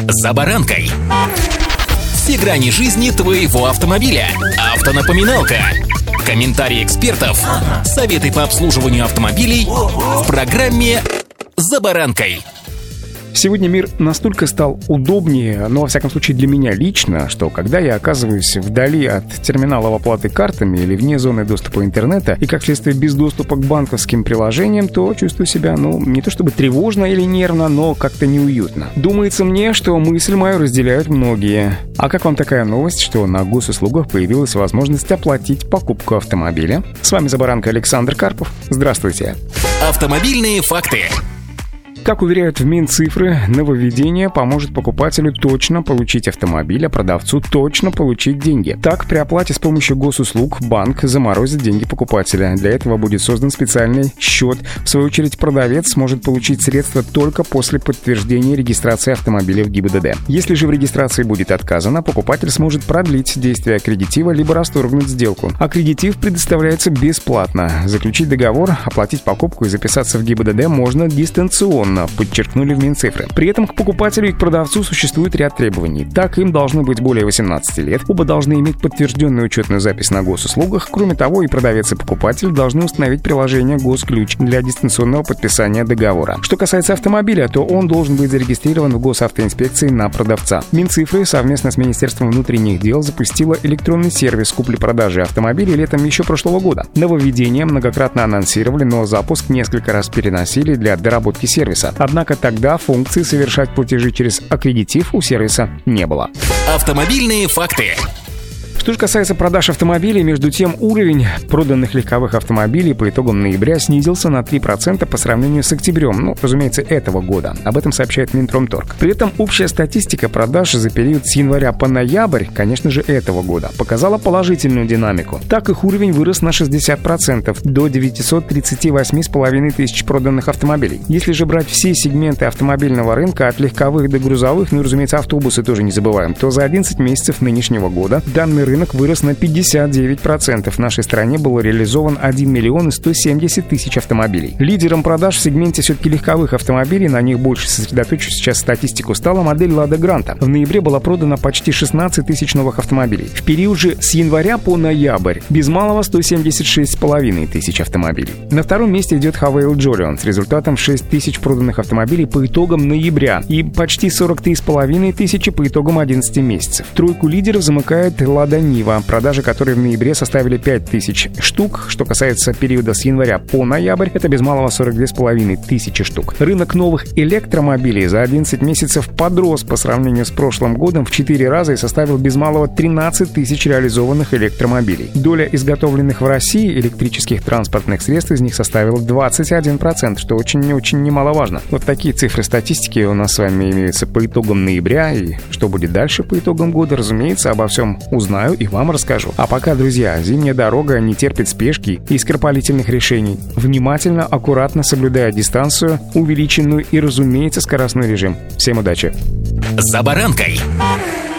«За баранкой». Все грани жизни твоего автомобиля. Автонапоминалка. Комментарии экспертов. Советы по обслуживанию автомобилей в программе «За баранкой». Сегодня мир настолько стал удобнее, но, во всяком случае, для меня лично, что когда я оказываюсь вдали от терминалов оплаты картами или вне зоны доступа интернета и, как следствие, без доступа к банковским приложениям, то чувствую себя, не то чтобы тревожно или нервно, но как-то неуютно. Думается мне, что мысль мою разделяют многие. А как вам такая новость, что на госуслугах появилась возможность оплатить покупку автомобиля? С вами «За баранкой» Александр Карпов. Здравствуйте. Автомобильные факты. Как уверяют в Минцифры, нововведение поможет покупателю точно получить автомобиль, а продавцу точно получить деньги. Так, при оплате с помощью госуслуг банк заморозит деньги покупателя. Для этого будет создан специальный счет. В свою очередь, продавец сможет получить средства только после подтверждения регистрации автомобиля в ГИБДД. Если же в регистрации будет отказано, покупатель сможет продлить действие аккредитива либо расторгнуть сделку. Аккредитив предоставляется бесплатно. Заключить договор, оплатить покупку и записаться в ГИБДД можно дистанционно, подчеркнули в Минцифры. При этом к покупателю и к продавцу существует ряд требований. Так, им должно быть более 18 лет, оба должны иметь подтвержденную учетную запись на госуслугах. Кроме того, и продавец, и покупатель должны установить приложение «Госключ» для дистанционного подписания договора. Что касается автомобиля, то он должен быть зарегистрирован в госавтоинспекции на продавца. Минцифры совместно с Министерством внутренних дел запустила электронный сервис купли-продажи автомобилей летом еще прошлого года. Нововведение многократно анонсировали, но запуск несколько раз переносили для доработки сервиса. Однако тогда функции совершать платежи через аккредитив у сервиса не было. Автомобильные факты. Что же касается продаж автомобилей, между тем уровень проданных легковых автомобилей по итогам ноября снизился на 3% по сравнению с октябрем, разумеется, этого года. Об этом сообщает Минпромторг. При этом общая статистика продаж за период с января по ноябрь, конечно же, этого года, показала положительную динамику. Так их уровень вырос на 60% до 938,5 тысяч проданных автомобилей. Если же брать все сегменты автомобильного рынка, от легковых до грузовых, и, разумеется, автобусы тоже не забываем, то за 11 месяцев нынешнего года данный рынок вырос на 59%. В нашей стране было реализован 1 миллион 170 тысяч автомобилей. Лидером продаж в сегменте все-таки легковых автомобилей, на них больше сосредоточу сейчас статистику, стала модель «Лада Гранта». В ноябре было продано почти 16 тысяч новых автомобилей. В период же с января по ноябрь без малого 176,5 тысяч автомобилей. На втором месте идет Хавейл Джолион с результатом 6 тысяч проданных автомобилей по итогам ноября и почти 43,5 тысячи по итогам 11 месяцев. Тройку лидеров замыкает Лада Нива, продажи которой в ноябре составили 5000 штук. Что касается периода с января по ноябрь, это без малого 42,5 тысячи штук. Рынок новых электромобилей за 11 месяцев подрос по сравнению с прошлым годом в 4 раза и составил без малого 13 тысяч реализованных электромобилей. Доля изготовленных в России электрических транспортных средств из них составила 21%, что очень немаловажно. Вот такие цифры статистики у нас с вами имеются по итогам ноября, и что будет дальше по итогам года, разумеется, обо всем узнаю и вам расскажу. А пока, друзья, зимняя дорога не терпит спешки и скоропалительных решений. Внимательно, аккуратно соблюдая дистанцию, увеличенную и, разумеется, скоростной режим. Всем удачи! «За баранкой».